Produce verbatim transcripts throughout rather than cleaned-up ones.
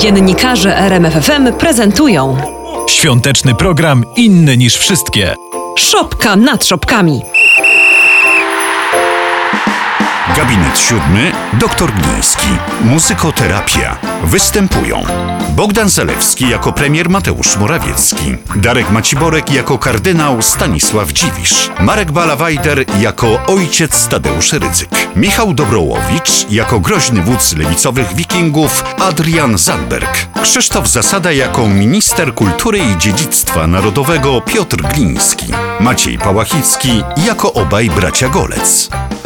Dziennikarze R M F F M prezentują świąteczny program inny niż wszystkie. Szopka nad szopkami. Gabinet siódmy, doktor Gliński. Muzykoterapia. Występują Bogdan Zalewski jako premier Mateusz Morawiecki, Darek Maciborek jako kardynał Stanisław Dziwisz, Marek Ballawajder jako ojciec Tadeusz Rydzyk, Michał Dobrołowicz jako groźny wódz lewicowych wikingów Adrian Zandberg, Krzysztof Zasada jako minister kultury i dziedzictwa narodowego Piotr Gliński, Maciej Pałachicki jako obaj bracia Golec.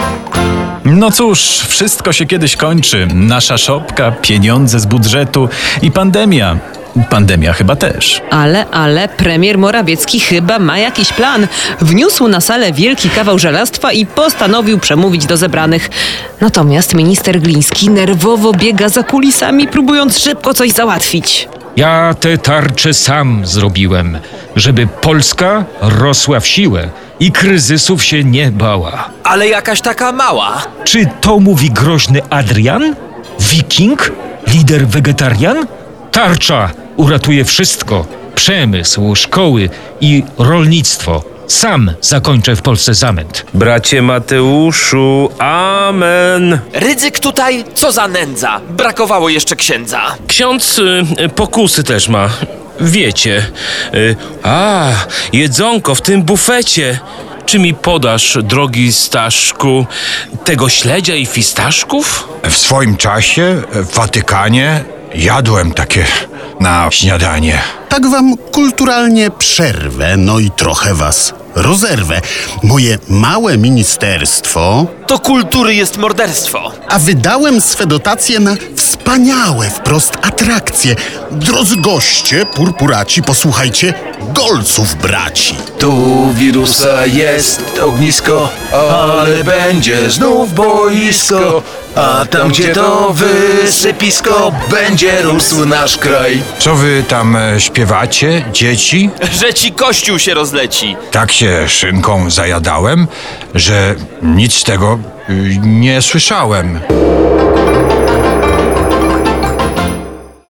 No cóż, wszystko się kiedyś kończy. Nasza szopka, pieniądze z budżetu i pandemia. Pandemia chyba też. Ale, ale premier Morawiecki chyba ma jakiś plan. Wniósł na salę wielki kawał żelastwa i postanowił przemówić do zebranych. Natomiast minister Gliński nerwowo biega za kulisami, próbując szybko coś załatwić. Ja tę tarczę sam zrobiłem, żeby Polska rosła w siłę i kryzysów się nie bała. Ale jakaś taka mała. Czy to mówi groźny Adrian? Wiking? Lider wegetarian? Tarcza uratuje wszystko. Przemysł, szkoły i rolnictwo. Sam zakończę w Polsce zamęt. Bracie Mateuszu, amen. Rydzyk tutaj, co za nędza. Brakowało jeszcze księdza. Ksiądz y, pokusy też ma. Wiecie. Y, a, jedzonko w tym bufecie. Czy mi podasz, drogi Staszku, tego śledzia i fistaszków? W swoim czasie w Watykanie jadłem takie na śniadanie. Tak wam kulturalnie przerwę, no i trochę was rozerwę. Moje małe ministerstwo, To kultury jest morderstwo. a wydałem swe dotacje na wspaniałe wprost atrakcje. Drodzy goście, purpuraci, posłuchajcie, Golców braci. Tu wirusa jest ognisko, ale będzie znów boisko. A tam gdzie to wysypisko, będzie rósł nasz kraj. Co wy tam e, śpiewacie, dzieci? Że ci kościół się rozleci. Tak się szynką zajadałem, że nic z tego y, nie słyszałem.